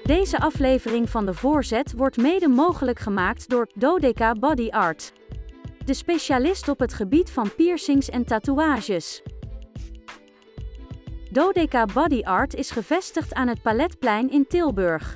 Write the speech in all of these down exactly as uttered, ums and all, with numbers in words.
Deze aflevering van De Voorzet wordt mede mogelijk gemaakt door Dodeka Body Art, de specialist op het gebied van piercings en tatoeages. Dodeka Body Art is gevestigd aan het Paletplein in Tilburg.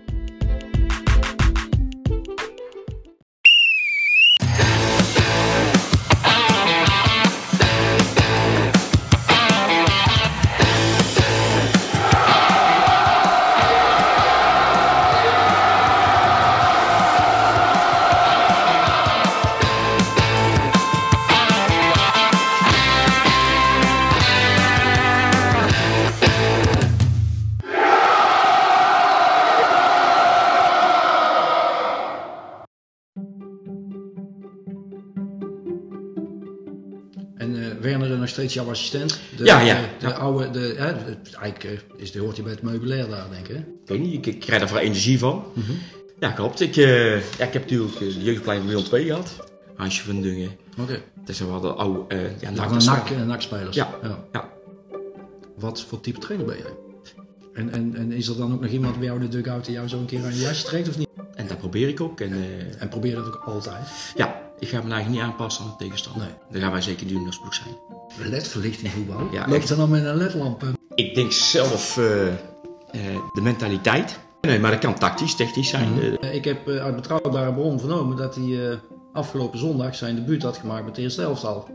En uh, Werner nog steeds jouw assistent? De, ja, ja. De, de ja. oude, de, hè, de, eigenlijk is, de, hoort hij bij het meubilair daar, denk ik. Hè? Ik weet niet, ik, ik krijg daar vooral energie van. Mm-hmm. Ja, klopt. Ik, uh, ja, ik heb natuurlijk de jeugdplein Willem twee gehad. Hansje van Dungen. Oké. Okay. Dat zijn wel de oude uh, ja, nak, nakspelers. Ja. Ja. ja. Wat voor type trainer ben jij? En, en, en is er dan ook nog iemand bij jou in de dugout die jou zo een keer aan je jasje trekt of niet? En dat probeer ik ook. En, uh, en probeer dat ook altijd? Ja, ik ga me eigenlijk niet aanpassen aan de tegenstander. Nee. Dat gaan wij zeker doen als ploeg zijn. L E D-verlichting voetbal? Ja, loopt er dan met een L E D-lamp? Ik denk zelf uh, uh, de mentaliteit. Nee, maar dat kan tactisch, technisch zijn. Mm-hmm. Uh, ik heb uh, uit betrouwbare bron vernomen dat hij uh, afgelopen zondag zijn debuut had gemaakt met de eerste elftal.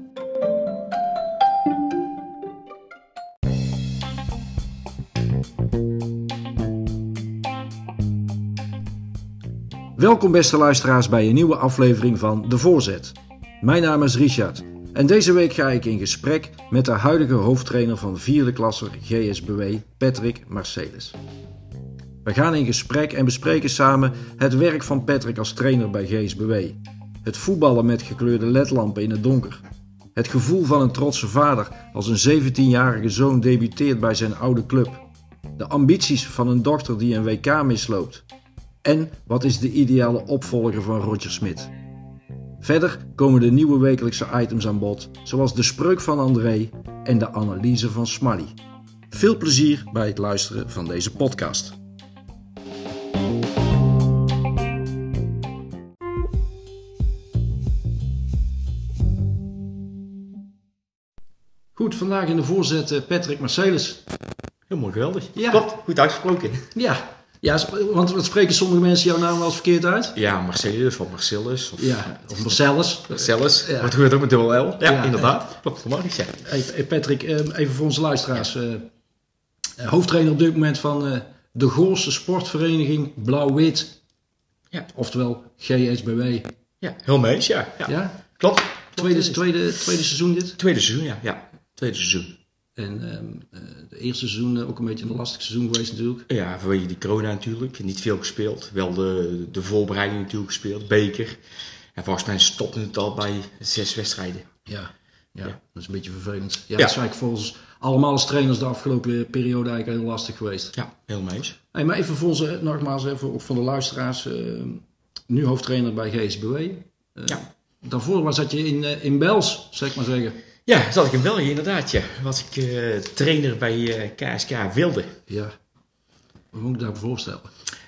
Welkom beste luisteraars bij een nieuwe aflevering van De Voorzet. Mijn naam is Richard en deze week ga ik in gesprek met de huidige hoofdtrainer van vierde klasser G S B W, Patrick Marcelis. We gaan in gesprek en bespreken samen het werk van Patrick als trainer bij G S B W. Het voetballen met gekleurde ledlampen in het donker. Het gevoel van een trotse vader als een zeventienjarige zoon debuteert bij zijn oude club. De ambities van een dochter die een W K misloopt. En wat is de ideale opvolger van Roger Smit? Verder komen de nieuwe wekelijkse items aan bod, zoals de spreuk van André en de analyse van Smally. Veel plezier bij het luisteren van deze podcast. Goed, vandaag in de voorzet Patrick Marcelis. Heel mooi, geweldig. Ja. Klopt, goed uitgesproken. Ja. Ja, want wat spreken sommige mensen jouw naam wel eens verkeerd uit? Ja, Marcelius of Marcellus. Of, ja, of Marcellus. Marcellus. Ja. Wat gebeurt ook met dubbel L? Ja, ja, inderdaad. Ja. Klopt, dat mag ik zeggen. Hey, Patrick, even voor onze luisteraars. Ja. Uh, hoofdtrainer op dit moment van uh, de Goorse sportvereniging Blauw-Wit. Ja. Oftewel G S B W. Ja, heel mees, ja. Ja, ja? Klopt. Tweede, tweede, tweede seizoen dit? Tweede seizoen, ja. ja. Tweede seizoen. En um, uh, de eerste seizoen uh, ook een beetje een lastig seizoen geweest natuurlijk. Ja, vanwege die corona natuurlijk. Niet veel gespeeld. Wel de, de voorbereiding natuurlijk gespeeld. Beker. En volgens mij stopte het al bij zes wedstrijden. Ja, ja, ja. Dat is een beetje vervelend. Ja, ja. Dat is eigenlijk volgens allemaal als trainers de afgelopen periode eigenlijk heel lastig geweest. Ja, heel mees. Hey, maar even voor onze, nogmaals even ook voor de luisteraars. Uh, nu hoofdtrainer bij G S B W. Uh, ja. Daarvoor was dat je in, uh, in Bels, zeg ik maar zeggen. Ja, zat ik in België inderdaad, ja. Was ik uh, trainer bij uh, K S K Wilde. Ja. Wat moet ik daarbij voorstellen?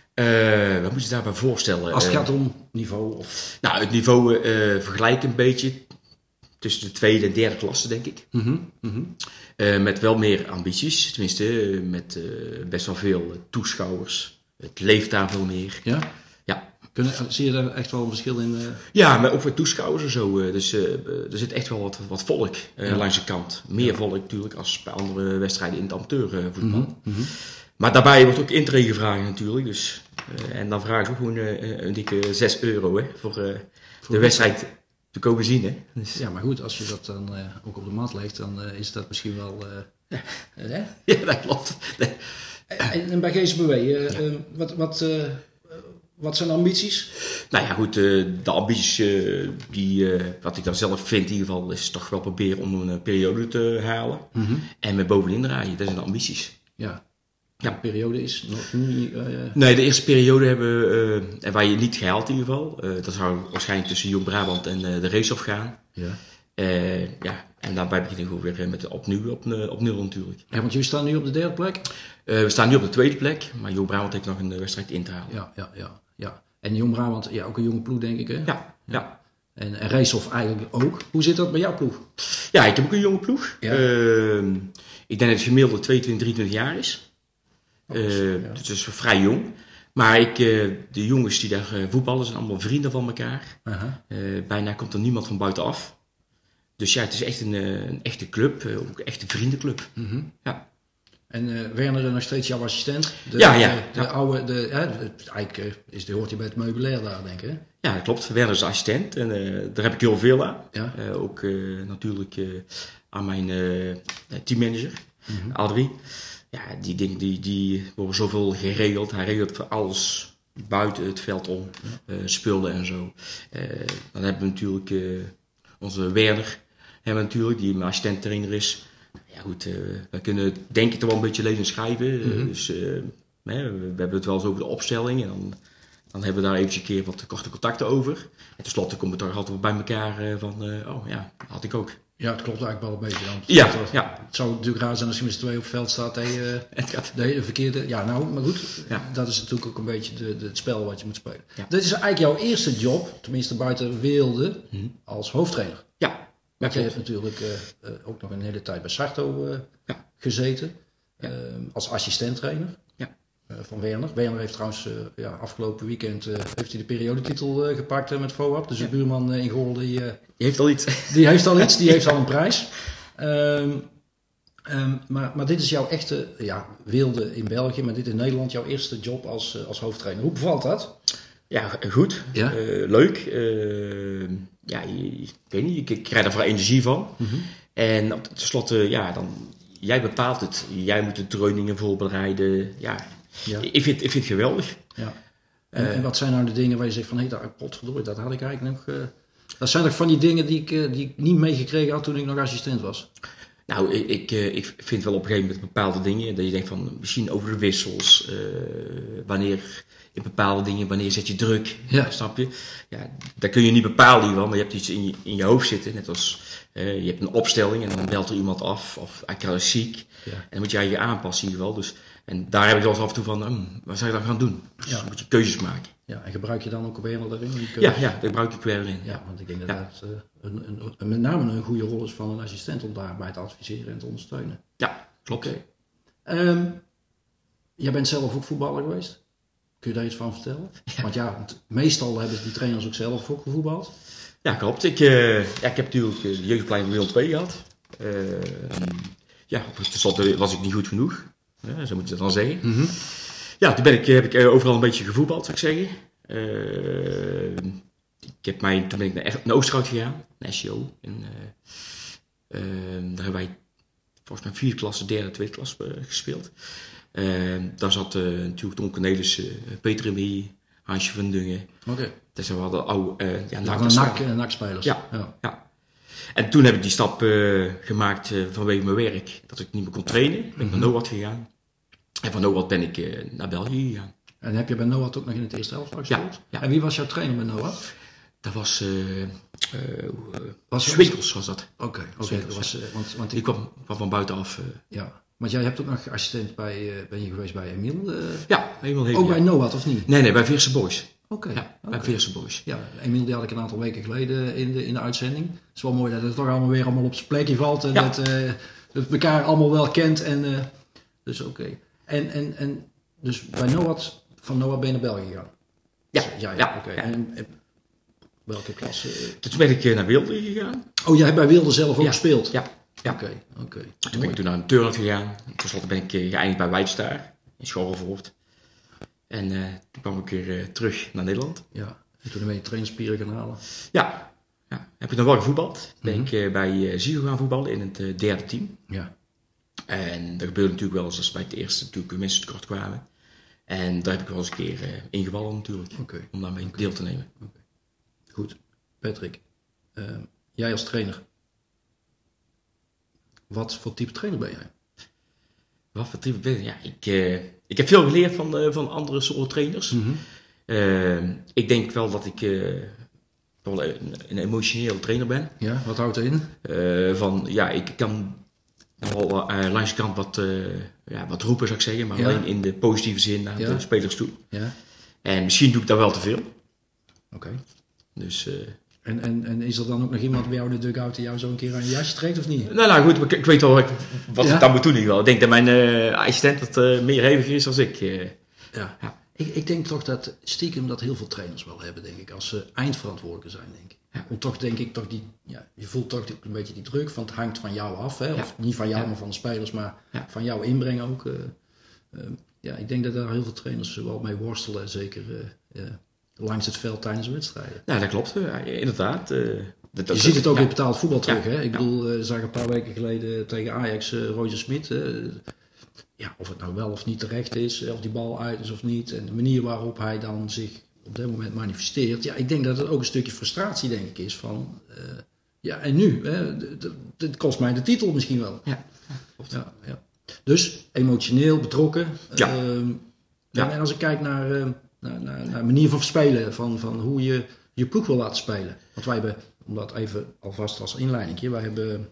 Uh, wat moet je daarbij voorstellen? Als het gaat om niveau? Of... Nou, het niveau uh, vergelijkt een beetje tussen de tweede en derde klasse, denk ik. Mm-hmm. Mm-hmm. Uh, met wel meer ambities, tenminste, uh, met uh, best wel veel uh, toeschouwers. Het leeft daar veel meer. Ja? Ja. Kunnen, zie je daar echt wel een verschil in? Uh... Ja, maar ook voor toeschouwers en zo. Uh, dus uh, er zit echt wel wat, wat volk uh, ja. langs de kant. Meer ja. volk natuurlijk als bij andere wedstrijden in het amateurvoetbal. Mm-hmm. Mm-hmm. Maar daarbij wordt ook intree gevraagd natuurlijk. Dus, uh, en dan vragen ze ook gewoon uh, een dikke zes euro hè, voor, uh, voor de wedstrijd te komen zien. Hè. Dus... Ja, maar goed, als je dat dan uh, ook op de mat legt, dan uh, is dat misschien wel... Uh... Ja. Uh, ja, dat klopt. Nee. En, en bij G S B W, uh, ja. uh, wat... wat uh... Wat zijn de ambities? Nou ja, goed, uh, de ambities uh, die, uh, wat ik dan zelf vind in ieder geval, is toch wel proberen om een periode te halen. Mm-hmm. En met bovenin draaien, dat zijn de ambities. Ja. Ja, de periode is nog niet... Uh... Nee, de eerste periode hebben we, uh, en waar je niet gehaald in ieder geval. Uh, dat zou waarschijnlijk tussen Jong Brabant en uh, de Racehof gaan. Ja. Uh, ja, En daarbij begin ik gewoon weer met opnieuw op, op nul natuurlijk. Ja, want jullie staan nu op de derde plek? Uh, we staan nu op de tweede plek, maar Jong Brabant heeft nog een wedstrijd in te halen. Ja, ja, ja, ja. En Jong Brabant, ja, ook een jonge ploeg denk ik hè? Ja, ja. ja. En, en Reeshof eigenlijk ook. Hoe zit dat bij jouw ploeg? Ja, ik heb ook een jonge ploeg. Ja. Uh, ik denk dat het gemiddelde tweeëntwintig, drieëntwintig jaar is. Uh, ja. Dus het is vrij jong. Maar ik, uh, de jongens die daar uh, voetballen zijn allemaal vrienden van elkaar. Uh-huh. Uh, bijna komt er niemand van buitenaf. Dus ja, het is echt een, een echte club, ook een echte vriendenclub. Mm-hmm. Ja. En uh, Werner nog steeds jouw assistent? De, ja, ja. De, de ja. oude, de, ja, de, eigenlijk is, de, hoort hij bij het meubilair daar, denk ik. Hè? Ja, dat klopt. Werner is assistent en uh, daar heb ik heel veel aan. Ja. Uh, ook uh, natuurlijk uh, aan mijn uh, teammanager, mm-hmm. Adrie. Ja, die dingen die, die worden zoveel geregeld. Hij regelt voor alles buiten het veld om, ja. uh, spullen en zo. Uh, dan hebben we natuurlijk uh, onze Werner. Hebben natuurlijk, die mijn assistent trainer is. Ja goed, uh, we kunnen denk ik toch wel een beetje lezen en schrijven. Mm-hmm. Uh, dus uh, we, we hebben het wel eens over de opstelling. En dan, dan hebben we daar eventjes een keer wat korte contacten over. En tenslotte komen we toch altijd bij elkaar uh, van, uh, oh ja, dat had ik ook. Ja, het klopt eigenlijk wel een beetje. Dan. Ja, het, ja. Het zou natuurlijk raar zijn als je met z'n tweeën op het veld staat. Dat je, het gaat. Dat je de verkeerde... Ja, nou, maar goed. Ja. Dat is natuurlijk ook een beetje de, de, het spel wat je moet spelen. Ja. Dit is eigenlijk jouw eerste job, tenminste buiten Weelde, mm-hmm. als hoofdtrainer. Ja. Want je hebt natuurlijk uh, uh, ook nog een hele tijd bij Sarto uh, ja. gezeten. Ja. Uh, als assistent-trainer ja. uh, van Werner. Werner heeft trouwens uh, ja, afgelopen weekend uh, heeft hij de periodetitel uh, gepakt uh, met V O A P. Dus ja. de buurman uh, in Goorl die, uh, die heeft al iets. Die heeft al iets, die heeft al een prijs. Um, um, maar, maar dit is jouw echte, ja, Weelde in België, maar dit in Nederland jouw eerste job als, uh, als hoofdtrainer. Hoe bevalt dat? Ja, goed. Ja? Uh, leuk. Uh, ja, je, ik weet niet, ik, ik krijg er vooral energie van. Mm-hmm. En tenslotte, ja, dan, jij bepaalt het. Jij moet de trainingen voorbereiden. Ja, ja. Ik, vind, ik vind het geweldig. Ja. En, uh, en wat zijn nou de dingen waar je zegt van, hé, hey, potverdorie, dat had ik eigenlijk nog... Uh, dat zijn toch van die dingen die ik, uh, die ik niet meegekregen had toen ik nog assistent was? Nou, ik, ik, ik vind wel op een gegeven moment bepaalde dingen, dat je denkt van, misschien over de wissels, uh, wanneer... in bepaalde dingen, wanneer zet je druk, ja. snap je? Ja, dat kun je niet bepalen hiervan, maar je hebt iets in je, in je hoofd zitten, net als uh, je hebt een opstelling en dan belt er iemand af, of hij krijgt ziek, ja. en dan moet jij je aanpassen in ieder geval. Dus, en daar heb ik wel eens af en toe van, um, wat zou je dan gaan doen? Dus ja. dan moet je keuzes maken. Ja, en gebruik je dan ook weer daarin? Ja, ja, daar gebruik ik weer in. Ja, ja, want ik denk dat ja. dat uh, een, een, een, met name een goede rol is van een assistent om daarbij te adviseren en te ondersteunen. Ja, klopt. Okay. Um, jij bent zelf ook voetballer geweest? Kun je daar iets van vertellen? Ja. Want ja, meestal hebben die trainers ook zelf ook gevoetbald. Ja, klopt. Ik, uh, ja, ik heb natuurlijk de jeugdplein van Willem twee gehad. Uh, ja, tenslotte was ik niet goed genoeg. Ja, zo moet je dat dan zeggen. Mm-hmm. Ja, toen ben ik, heb ik overal een beetje gevoetbald, zou ik zeggen. Uh, ik heb mij, toen ben ik naar, naar Oosterhout gegaan, naar S C O. En, uh, uh, daar hebben wij volgens mij vierde klasse, derde, tweede klas uh, gespeeld. Uh, daar zat uh, natuurlijk Tom Cornelis, uh, Peter Remy, Hansje van Dungen. Oké. Okay. Dus we hadden oude uh, ja, ja, nakspelers. Ja, ja. ja. En toen heb ik die stap uh, gemaakt uh, vanwege mijn werk. Dat ik niet meer kon trainen. Ben ik mm-hmm. naar NOAD gegaan. En van NOAD ben ik uh, naar België gegaan. En heb je bij NOAD ook nog in het eerste elftal gespeeld? Ja, ja. En wie was jouw trainer bij NOAD? Dat was uh, uh, Swinkels was dat. Oké, okay, okay. uh, want, want die kwam, kwam van buitenaf. Uh. Ja. Want jij hebt ook nog assistent bij, uh, ben je geweest bij Emiel? Uh, ja, Emiel heeft. Ook bij NOAD of niet? Nee, nee, bij Veerse Boys. Oké. Okay, ja, okay. bij Veerse Boys. Ja, Emiel die had ik een aantal weken geleden in de, in de uitzending. Het is wel mooi dat het toch allemaal weer allemaal op zijn plekje valt. En ja. dat, uh, dat het elkaar allemaal wel kent. En, uh, dus oké. Okay. En, en, en dus bij NOAD, van NOAD ben je naar België gegaan? Ja. Ja, ja, ja, oké. Okay. Ja. En, en welke klasse? Toen ben ik naar Weelde gegaan. Oh, jij hebt bij Weelde zelf ook ja. gespeeld? Ja. Ja. Oké, okay, oké. Okay. Toen ben ik toen naar een Turnhout gegaan. Ten slotte ben ik uh, geëindigd bij Wijtstaar in Schorrelvoort. En uh, toen kwam ik weer uh, terug naar Nederland. Ja, en toen ben je trainingsspieren gaan halen. Ja, ja. Heb ik dan wel gevoetbald. Ben mm-hmm. ik uh, bij uh, Zigo gaan voetballen in het uh, derde team. Ja. En dat gebeurde natuurlijk wel eens als bij het eerste natuurlijk mensen tekort kwamen. En daar heb ik wel eens een keer uh, ingevallen natuurlijk. Okay. Om daarmee okay. deel te nemen. Okay. Goed. Patrick, uh, jij als trainer. Wat voor type trainer ben jij? Wat voor type ben ik? Ja, ik, uh, ik heb veel geleerd van, uh, van andere soorten trainers. Mm-hmm. Uh, ik denk wel dat ik uh, wel een, een emotioneel trainer ben. Ja, wat houdt erin? Uh, van, ja, ik kan wel uh, langs de kant wat, uh, ja, wat roepen, zou ik zeggen. Maar ja. alleen in de positieve zin naar ja. de spelers toe. Ja. En misschien doe ik daar wel te veel. Oké. Okay. Dus... Uh, En, en, en is er dan ook nog iemand bij jou in de dugout die jou zo een keer aan je jasje trekt of niet? Nou, nou goed, ik, ik weet wel wat, wat ja? ik dan moet doen in ieder geval. Ik denk dat mijn uh, assistent wat uh, meer heviger is dan ik. Uh. Ja. ja. Ik, ik denk toch dat stiekem dat heel veel trainers wel hebben, denk ik, als ze eindverantwoordelijke zijn, denk ik. Ja. Om toch denk ik, toch die, ja, je voelt toch een beetje die druk, van het hangt van jou af. Hè? Of ja. niet van jou, ja. maar van de spelers, maar ja. van jouw inbreng ook. Uh, uh, ja, ik denk dat daar heel veel trainers wel mee worstelen, zeker uh, uh, langs het veld tijdens wedstrijden. Ja, dat klopt, uh, inderdaad. Uh, dat, dat, je ziet het ook ja. in betaald voetbal terug. Ja. Hè? Ik bedoel, uh, zag een paar weken geleden tegen Ajax uh, Roger Smit. Uh, ja, of het nou wel of niet terecht is, of die bal uit is of niet. En de manier waarop hij dan zich op dat moment manifesteert. Ja, ik denk dat het ook een stukje frustratie, denk ik, is van... Uh, ja, en nu? Hè? Dit kost mij de titel misschien wel. Ja, klopt. Ja, ja. Dus emotioneel betrokken. Ja. Uh, ja. En als ik kijk naar, uh, naar, naar, naar manier van spelen, van, van hoe je je ploeg wil laten spelen. Want wij hebben, om dat even alvast als inleiding, wij hebben...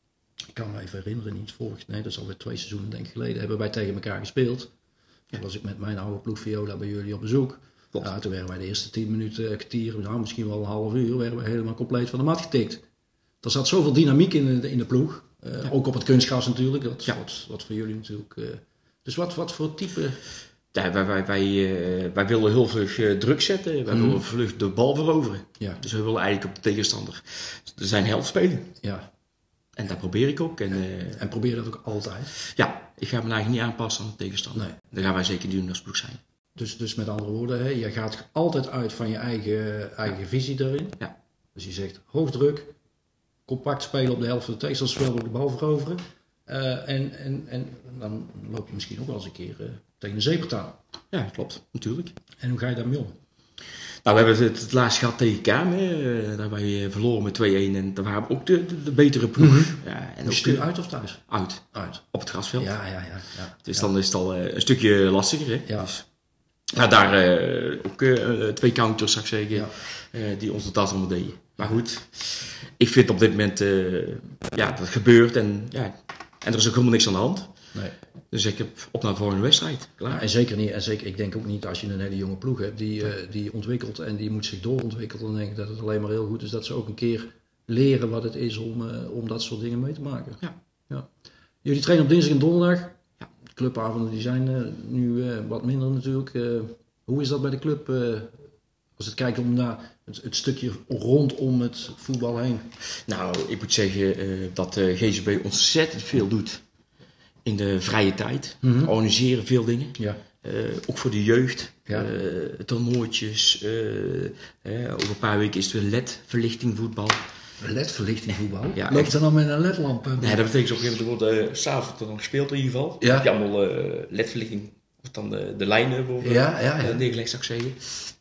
Ik kan me even herinneren, niet vorig, nee, dat is alweer twee seizoenen denk ik geleden, hebben wij tegen elkaar gespeeld. Toen was ik met mijn oude ploeg Viola bij jullie op bezoek. Ja, toen werden wij de eerste tien minuten, kwartier, nou, misschien wel een half uur, werden we helemaal compleet van de mat getikt. Er zat zoveel dynamiek in de, in de ploeg. Uh, ja. Ook op het kunstgras natuurlijk, dat ja. wat, wat voor jullie natuurlijk. Uh, dus wat, wat voor type... Ja, wij, wij, wij, uh, wij willen heel vlug uh, druk zetten, wij mm. willen vlug de bal veroveren. Ja. Dus we willen eigenlijk op de tegenstander zijn helft spelen. Ja. En dat probeer ik ook. En, uh, en probeer je dat ook altijd? Ja, ik ga me eigenlijk niet aanpassen aan de tegenstander. Nee. Dat gaan wij zeker doen als ploeg zijn. Dus, dus met andere woorden, hè, je gaat altijd uit van je eigen, eigen ja. visie daarin. Ja. Dus je zegt hoogdruk, compact spelen op de helft van de tegenstander, zowel ook de bal veroveren. Uh, en, en, en dan loop je misschien ook wel eens een keer uh, tegen een zeepartij. Ja, klopt, natuurlijk. En hoe ga je daarmee om? Nou, we hebben het, het laatst gehad tegen Kaam, hè. Daar hebben we verloren met twee-een en daar waren we ook de, de, de betere ploeg. Mm-hmm. Ja, en dus ook, uit of thuis? Uit. Uit. Op het grasveld. Ja, ja, ja. ja. Dus ja. dan is het al uh, een stukje lastiger. Hè? Ja. Dus, nou, daar uh, ook uh, twee counters, zou ik zeggen, ja. uh, die ons totaal allemaal deden. Maar goed, ik vind op dit moment, uh, ja, dat gebeurt en, ja, en er is ook helemaal niks aan de hand. Nee. Dus ik heb op naar de volgende wedstrijd. Klaar. Ja, en zeker niet, en zeker, ik denk ook niet als je een hele jonge ploeg hebt die, uh, die ontwikkelt en die moet zich doorontwikkelen, dan denk ik dat het alleen maar heel goed is dat ze ook een keer leren wat het is om, uh, om dat soort dingen mee te maken. Ja. Ja. Jullie trainen op dinsdag en donderdag. Ja. De clubavonden die zijn uh, nu uh, wat minder natuurlijk. Uh, hoe is dat bij de club uh, als het kijkt om naar het, het stukje rondom het voetbal heen? Nou, ik moet zeggen uh, dat uh, G Z B ontzettend veel doet. In de vrije tijd. Mm-hmm. Organiseren veel dingen. Ja. Uh, ook voor de jeugd. Ja. Uh, toernooitjes. Uh, uh, over een paar weken is het weer L E D-verlichting voetbal. L E D-verlichting voetbal? Ja. Loopt er dan met een L E D-lamp? Uh, nee, dat betekent op een gegeven moment wordt uh, s'avonds dan gespeeld in ieder geval. Ja. Dan heb je allemaal uh, L E D-verlichting. Of dan de, de lijnen worden ja, ja, ja. uh, neergelegd, zou ik zeggen.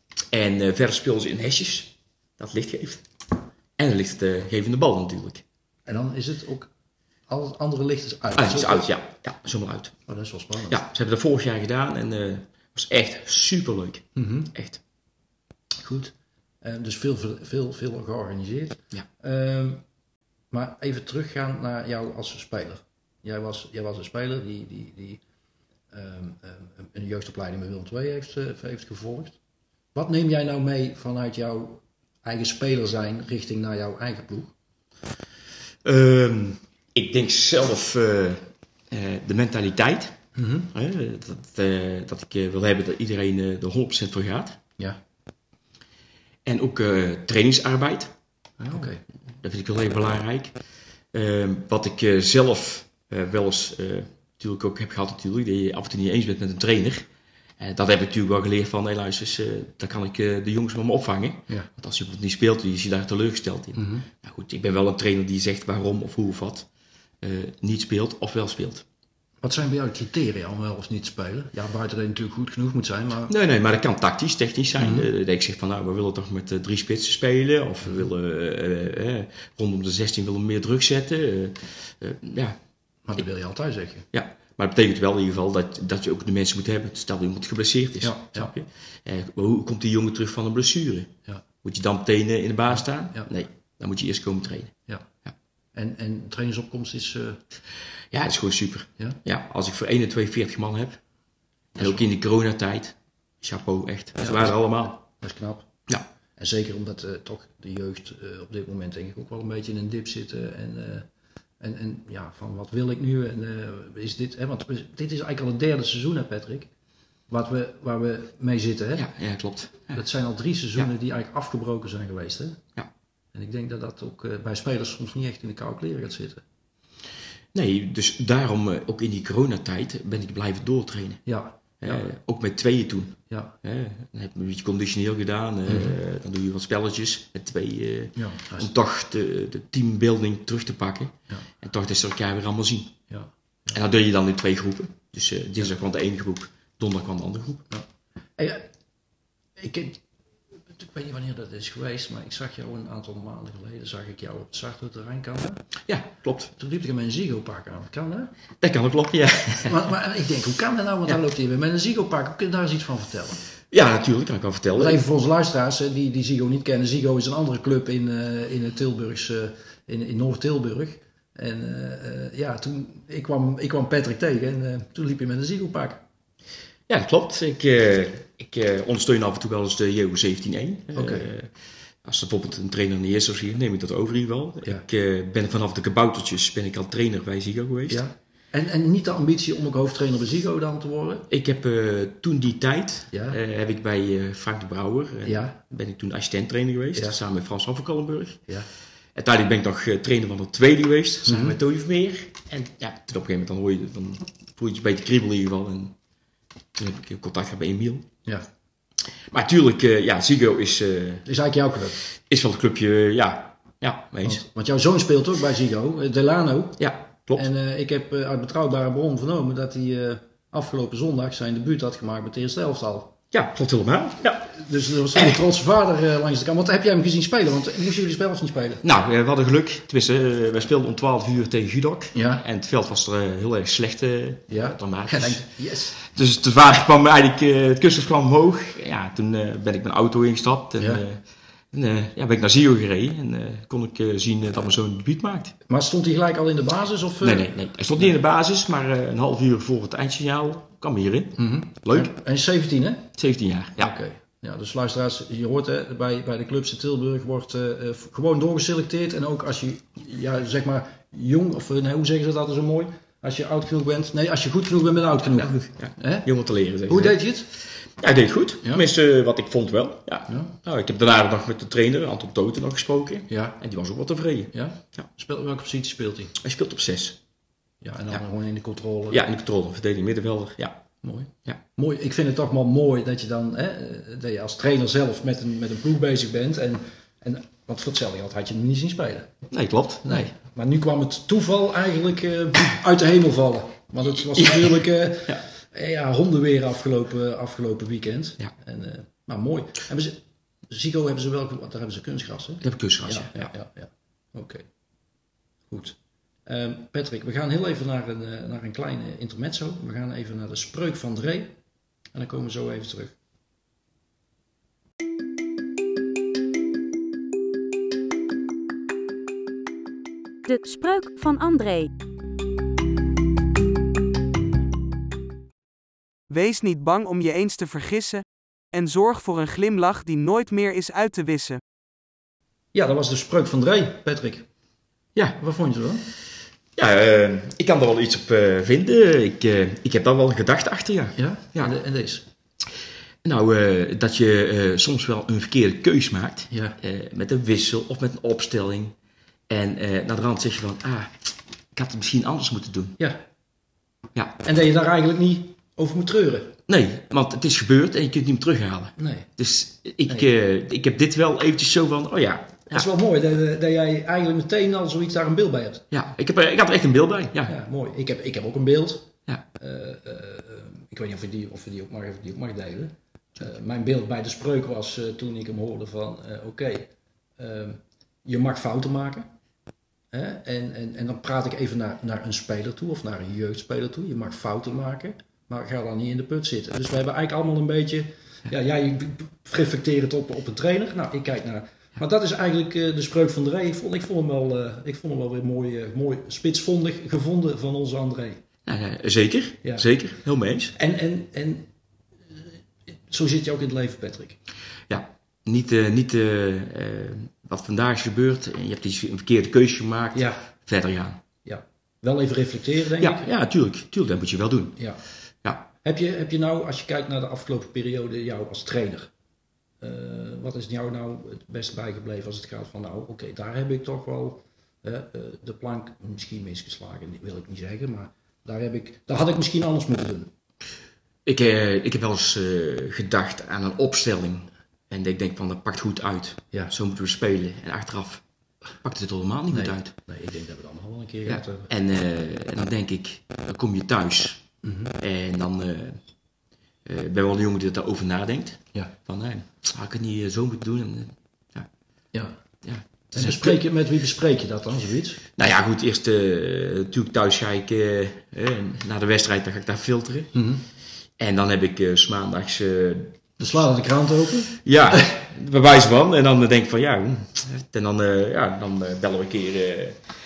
En uh, verder spelen ze in hesjes. Dat licht geeft. En dan ligt het uh, gevende bal natuurlijk. En dan is het ook... Al het andere licht is uit. Ah, het is uit, ja. Ja, zomaar uit. Oh, dat is wel spannend. Ja, ze hebben dat vorig jaar gedaan en het uh, was echt superleuk. Mm-hmm. Echt. Goed. Uh, dus veel, veel, veel georganiseerd. Ja. Uh, maar even teruggaan naar jou als speler. Jij was, jij was een speler die, die, die um, um, een jeugdopleiding bij Willem twee heeft, uh, heeft gevolgd. Wat neem jij nou mee vanuit jouw eigen speler zijn richting naar jouw eigen ploeg? Um, Ik denk zelf uh, uh, de mentaliteit. Mm-hmm. Uh, dat, uh, dat ik uh, wil hebben dat iedereen uh, er honderd procent voor gaat. Ja. En ook uh, trainingsarbeid. Uh, Oké. Okay. Dat vind ik heel erg belangrijk. Uh, wat ik uh, zelf uh, wel eens uh, natuurlijk ook heb gehad natuurlijk. Dat je af en toe niet eens bent met een trainer. Uh, dat heb ik natuurlijk wel geleerd van, hé hey, luister, uh, dan kan ik uh, de jongens met me opvangen. Ja. Want als je bijvoorbeeld niet speelt, is je daar teleurgesteld in. Mm-hmm. Nou goed, ik ben wel een trainer die zegt waarom of hoe of wat. Uh, niet speelt of wel speelt. Wat zijn bij jou de criteria om wel of niet te spelen? Ja, buiten dat je natuurlijk goed genoeg moet zijn, maar... Nee, nee, maar dat kan tactisch, technisch zijn. Mm-hmm. Uh, dat ik zeg van, nou, we willen toch met uh, drie spitsen spelen. Of we willen uh, uh, uh, rondom de zestien willen we meer druk zetten. Uh, uh, ja. Maar dat wil je altijd zeggen. Ja, maar dat betekent wel in ieder geval dat, dat je ook de mensen moet hebben. Stel dat iemand geblesseerd is, ja, snap je? Ja. Uh, hoe komt die jongen terug van een blessure? Ja. Moet je dan meteen in de baas staan? Ja. Nee, dan moet je eerst komen trainen. Ja. Ja. En, en trainingsopkomst is... Uh... Ja, dat is gewoon super. Ja? Ja, als ik voor eenentwintig, veertig man heb, en ook in de coronatijd, chapeau echt. Ze waren er allemaal. Dat is knap. Ja. En zeker omdat uh, toch de jeugd uh, op dit moment denk ik ook wel een beetje in een dip zitten. En, uh, en, en ja, van wat wil ik nu? En uh, is dit... Hè, want dit is eigenlijk al het derde seizoen, hè Patrick? Wat we, waar we mee zitten, hè? Ja, ja klopt. Ja. Dat zijn al drie seizoenen ja. die eigenlijk afgebroken zijn geweest, hè? Ja. En ik denk dat dat ook uh, bij spelers soms niet echt in de koude kleren gaat zitten. Nee, dus daarom, uh, ook in die coronatijd, ben ik blijven doortrainen. Ja. Uh, ja. Ook met tweeën toen. Ja. Uh, dan heb je een beetje conditioneel gedaan. Uh, mm-hmm. Dan doe je wat spelletjes met twee. Uh, ja, om toch de, de teambuilding terug te pakken. Ja. En toch dat ze elkaar weer allemaal zien. Ja. Ja. En dat doe je dan in twee groepen. Dus uh, dinsdag kwam de ene groep, donderdag kwam de andere groep. Ja. Hey, uh, ik, ik weet niet wanneer dat is geweest, maar ik zag jou een aantal maanden geleden, zag ik jou op het Sartre-terrein kan. Ja, klopt. Toen liep ik met een Zigo-pak aan. Kan hè? Dat kan ook kloppen, ja. Maar, maar ik denk, hoe kan dat nou? Want ja. dan loopt hij weer met een Zigo-pak. Kun je daar eens iets van vertellen? Ja, natuurlijk, kan ik wel vertellen. Want even voor onze luisteraars die, die Zigo niet kennen. Zigo is een andere club in, uh, in het Tilburgs, uh, in, in Noord-Tilburg. En uh, uh, ja, toen, ik kwam, ik kwam Patrick tegen en uh, toen liep hij met een Zigo-pak. Ja, dat klopt. Ik, uh, ik uh, ondersteun af en toe wel eens de J O zeventien één. Okay. Uh, als er bijvoorbeeld een trainer niet is of hier, neem ik dat over hier wel. Ja. Ik uh, ben vanaf de kaboutertjes ben ik al trainer bij Zigo geweest. Ja. En, en niet de ambitie om ook hoofdtrainer bij Zigo dan te worden? Ik heb uh, toen die tijd, ja. uh, heb ik bij uh, Frank de Brouwer, uh, ja. ben ik toen assistent trainer geweest, ja. samen met Frans van Kallenburg. Ja. En uiteindelijk ben ik nog uh, trainer van de tweede geweest, samen mm-hmm. met Tony Vermeer. En ja, toen op een gegeven moment dan hoor je, dan voel je je een beetje kriebel in ieder geval. En toen heb ik contact gehad bij Emiel. Ja. Maar natuurlijk, uh, ja, Zigo is... Uh, is eigenlijk jouw club? Is wel het clubje, ja. Ja, eens. Want, want jouw zoon speelt ook bij Zigo, Delano. Ja, klopt. En uh, ik heb uh, uit betrouwbare bron vernomen dat hij uh, afgelopen zondag zijn debuut had gemaakt met de eerste elftal. Ja, klopt helemaal. Ja. Dus er was een trotse vader uh, langs de kant. Want heb jij hem gezien spelen? Want moesten jullie spelen of niet spelen? Nou, we hadden geluk. Tenminste, uh, wij speelden om twaalf uur tegen Gudok. Ja. En het veld was er uh, heel erg slecht. Uh, ja. Dramatisch. Yes. Dus het water kwam eigenlijk, uh, het kussen kwam omhoog. Ja, toen uh, ben ik mijn auto ingestapt. En, ja. Uh, en uh, ja, ben ik naar Zigo gereden. En uh, kon ik uh, zien uh, dat mijn zoon een debuut maakte. Maar stond hij gelijk al in de basis? Of, uh... Nee, nee, nee. Hij stond niet in de basis. Maar uh, een half uur voor het eindsignaal kwam hij hierin. Mm-hmm. Leuk. En hij is zeventien, hè? zeventien jaar, ja. Oké. Okay. Ja, dus luisteraars, je hoort hè, bij, bij de clubs in Tilburg wordt uh, gewoon doorgeselecteerd. En ook als je, ja, zeg maar, jong, of nee, hoe zeggen ze dat zo mooi? Als je oud genoeg bent. Nee, als je goed genoeg bent, ben je oud genoeg. Ja, ja. Jong om te leren, zeg. Hoe deed je het? Ja, hij deed goed. Ja. Tenminste, uh, wat ik vond wel. Ja. Ja. Nou, ik heb daarna nog met de trainer, Anton Toten, nog gesproken. Ja. En die was ook wel tevreden. Ja? Ja. Speel, welke positie speelt hij? Hij speelt op zes. Ja, en dan ja. gewoon in de controle. Ja, in de controle. Verdediging middenvelder. Ja. Mooi. Ja. Mooi. Ik vind het toch wel mooi dat je dan, hè, dat je als trainer zelf met een, met een ploeg bezig bent. En, en, want voor hetzelfde geld had je hem niet zien spelen. Nee, klopt. Nee. nee. Maar nu kwam het toeval eigenlijk uh, uit de hemel vallen. Want het was natuurlijk uh, ja. Ja, hondenweer afgelopen, afgelopen weekend. Ja. En, uh, maar mooi. Hebben ze, Zigo hebben ze wel, daar hebben ze kunstgras, hè? Die hebben kunstgras, ja. ja. ja, ja, ja. Oké. Okay. Goed. Um, Patrick, we gaan heel even naar een, uh, naar een kleine intermezzo. We gaan even naar de spreuk van Dre. En dan komen we zo even terug. De spreuk van André. Wees niet bang om je eens te vergissen. En zorg voor een glimlach die nooit meer is uit te wissen. Ja, dat was de spreuk van Dre, Patrick. Ja. Wat vond je ervan? Ja, uh, ik kan er wel iets op uh, vinden. Ik, uh, ik heb daar wel een gedachte achter, ja. Ja? Ja. En, de, en deze? Nou, uh, dat je uh, soms wel een verkeerde keus maakt. Ja. Uh, met een wissel of met een opstelling. En uh, naar de rand zeg je van, ah, ik had het misschien anders moeten doen. Ja. Ja. En dat je daar eigenlijk niet over moet treuren. Nee, want het is gebeurd en je kunt het niet meer terughalen. Nee. Dus ik, nee. Uh, ik heb dit wel eventjes zo van, oh ja. Ja. Dat is wel mooi, dat, dat jij eigenlijk meteen al zoiets daar een beeld bij hebt. Ja, ik, heb er, ik had er echt een beeld bij. Ja, ja mooi. Ik heb, ik heb ook een beeld. Ja. Uh, uh, ik weet niet of je die, of je die, ook, mag, of die ook mag delen. Uh, mijn beeld bij de spreuk was uh, toen ik hem hoorde van, uh, oké, okay, uh, je mag fouten maken. Hè? En, en, en dan praat ik even naar, naar een speler toe of naar een jeugdspeler toe. Je mag fouten maken, maar ga dan niet in de put zitten. Dus we hebben eigenlijk allemaal een beetje, ja, jij reflecteert het op, op een trainer. Nou, ik kijk naar, maar dat is eigenlijk uh, de spreuk van André. Ik vond, ik vond hem wel, uh, ik vond hem wel weer mooi, uh, mooi spitsvondig gevonden van onze André. Nou, ja, zeker, ja. zeker, heel mee eens. En, en, en uh, zo zit je ook in het leven, Patrick. Ja, niet, uh, niet uh, uh, wat vandaag is gebeurd en je hebt iets, een verkeerde keuze gemaakt, ja. verder gaan. Ja, wel even reflecteren, denk ja, ik. Ja, tuurlijk, tuurlijk, dat moet je wel doen. Ja. Ja. Heb je, heb je nou, als je kijkt naar de afgelopen periode, jou als trainer, uh, wat is jou nou het best bijgebleven als het gaat van, nou, oké, okay, daar heb ik toch wel uh, uh, de plank misschien misgeslagen, dat wil ik niet zeggen, maar daar, heb ik, daar had ik misschien anders moeten doen. Ik, uh, ik heb wel eens uh, gedacht aan een opstelling en ik denk van, dat pakt goed uit. Ja. Zo moeten we spelen en achteraf pakt het helemaal niet nee, goed uit. Nee, ik denk dat we het allemaal wel een keer ja. gehad hebben. En, uh, en dan denk ik, dan kom je thuis. Mm-hmm. En dan uh, uh, ben wel een jongen die daarover nadenkt. Ja. Van, nee, had ik het niet uh, zo moeten doen. En, uh, ja. Ja. ja. En bespreek je, met wie bespreek je dat dan, zoiets? Nou ja, goed, eerst uh, natuurlijk thuis ga ik, uh, uh, na de wedstrijd, dan ga ik daar filteren. Mm-hmm. En dan heb ik uh, 's maandags... Uh, dan slaan we de krant open? Ja, bij wijze van. En dan denk ik van, ja, en dan, uh, ja, dan uh, bellen we een keer... Uh,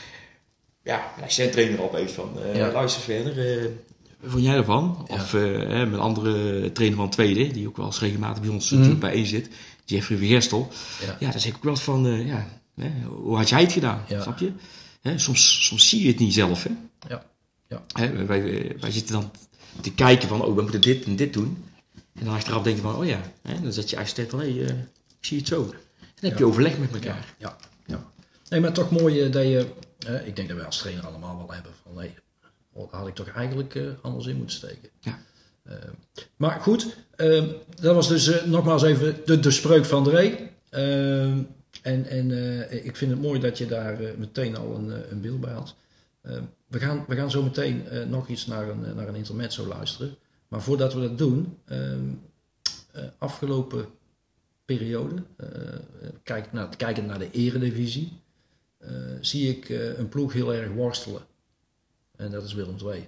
ja, de assistent-trainer op even van, uh, ja. luister verder... Uh, Wat vond jij ervan? Ja. Of uh, mijn andere trainer van tweede, die ook wel eens regelmatig bij ons mm-hmm. bijeen zit, Jeffrey Vergestel. Ja. ja, daar zeg ik ook wel eens van, uh, ja, hè, hoe had jij het gedaan? Ja. Snap je? Hè, soms, soms zie je het niet zelf. Hè? Ja. Ja. Hè, wij, wij zitten dan te kijken van, oh, we moeten dit en dit doen. En dan achteraf denk je van, oh ja, hè, dan zet je assistent van, hé, hey, uh, ik zie het zo. En dan heb ja. je overleg met elkaar. Ja. Ja. Ja. Nee, maar toch mooi uh, dat je, uh, ik denk dat wij als trainer allemaal wel hebben van, nee. Dat had ik toch eigenlijk uh, anders in moeten steken. Ja. Uh, maar goed, uh, dat was dus uh, nogmaals even de, de spreuk van André. Uh, en en uh, ik vind het mooi dat je daar uh, meteen al een, een beeld bij had. Uh, we, gaan, we gaan zo meteen uh, nog iets naar een, naar een intermezzo luisteren. Maar voordat we dat doen, uh, uh, afgelopen periode, uh, kijk naar, kijkend naar de eredivisie, uh, zie ik uh, een ploeg heel erg worstelen. En dat is Willem twee.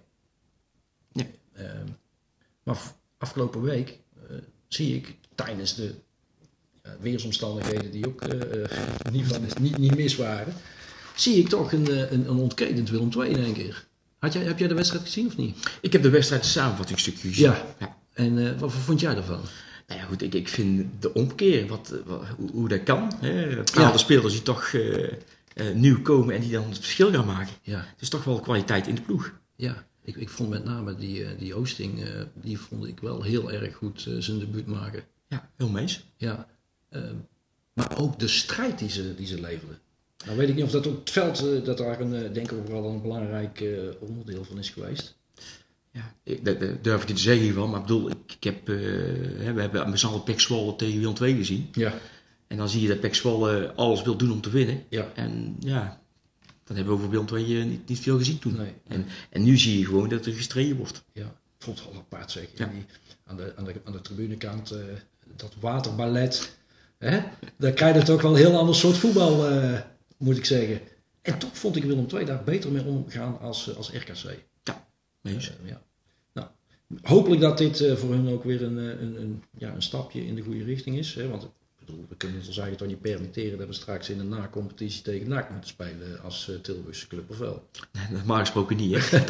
Ja. Uh, maar afgelopen week uh, zie ik tijdens de uh, weersomstandigheden die ook uh, niet, van, niet, niet mis waren, zie ik toch een, een, een ontketend Willem twee in één keer. Had jij, heb jij de wedstrijd gezien of niet? Ik heb de wedstrijd samenvattingstukje gezien. Ja. ja. En uh, wat vond jij daarvan? Nou ja, goed, ik, ik vind de omkeer, wat, wat, hoe, hoe dat kan. Hè? Bepaalde ja. spelers die toch uh, uh, nieuw komen en die dan het verschil gaan maken. Ja. Het is toch wel kwaliteit in de ploeg. Ja, ik, ik vond met name die, die Oosting, uh, die vond ik wel heel erg goed uh, zijn debuut maken. Ja, heel mees. Ja, uh, maar ook de strijd die ze, die ze leverden. Nou weet ik niet of dat op het veld, uh, dat daar een, uh, denk ik ook wel een belangrijk uh, onderdeel van is geweest. Ja, ik, dat, dat durf ik niet te zeggen hiervan, maar ik bedoel, ik, ik heb, uh, hè, we hebben met z'n allen P E C Zwolle tegen Willem twee gezien. Ja. En dan zie je dat P E C Zwolle alles wil doen om te winnen. Ja. En ja, dan hebben we over Willem twee uh, niet, niet veel gezien toen. Nee. En, en nu zie je gewoon dat er gestreden wordt. Ja, ik vond het wel apart zeg. Ja. Die, aan, de, aan, de, aan de tribunekant, uh, dat waterballet, hè? Daar krijg je toch wel een heel ander soort voetbal, uh, moet ik zeggen. En toch vond ik Willem twee daar beter mee omgaan als, als R K C. Ja, mees. Uh, ja. Nou, hopelijk dat dit uh, voor hun ook weer een, een, een, ja, een stapje in de goede richting is. Hè? Want ik bedoel, we kunnen ons eigenlijk toch niet permitteren dat we straks in een na-competitie tegen N A C moeten spelen als uh, Tilburgse club of wel. Nee, normaal gesproken niet, hè?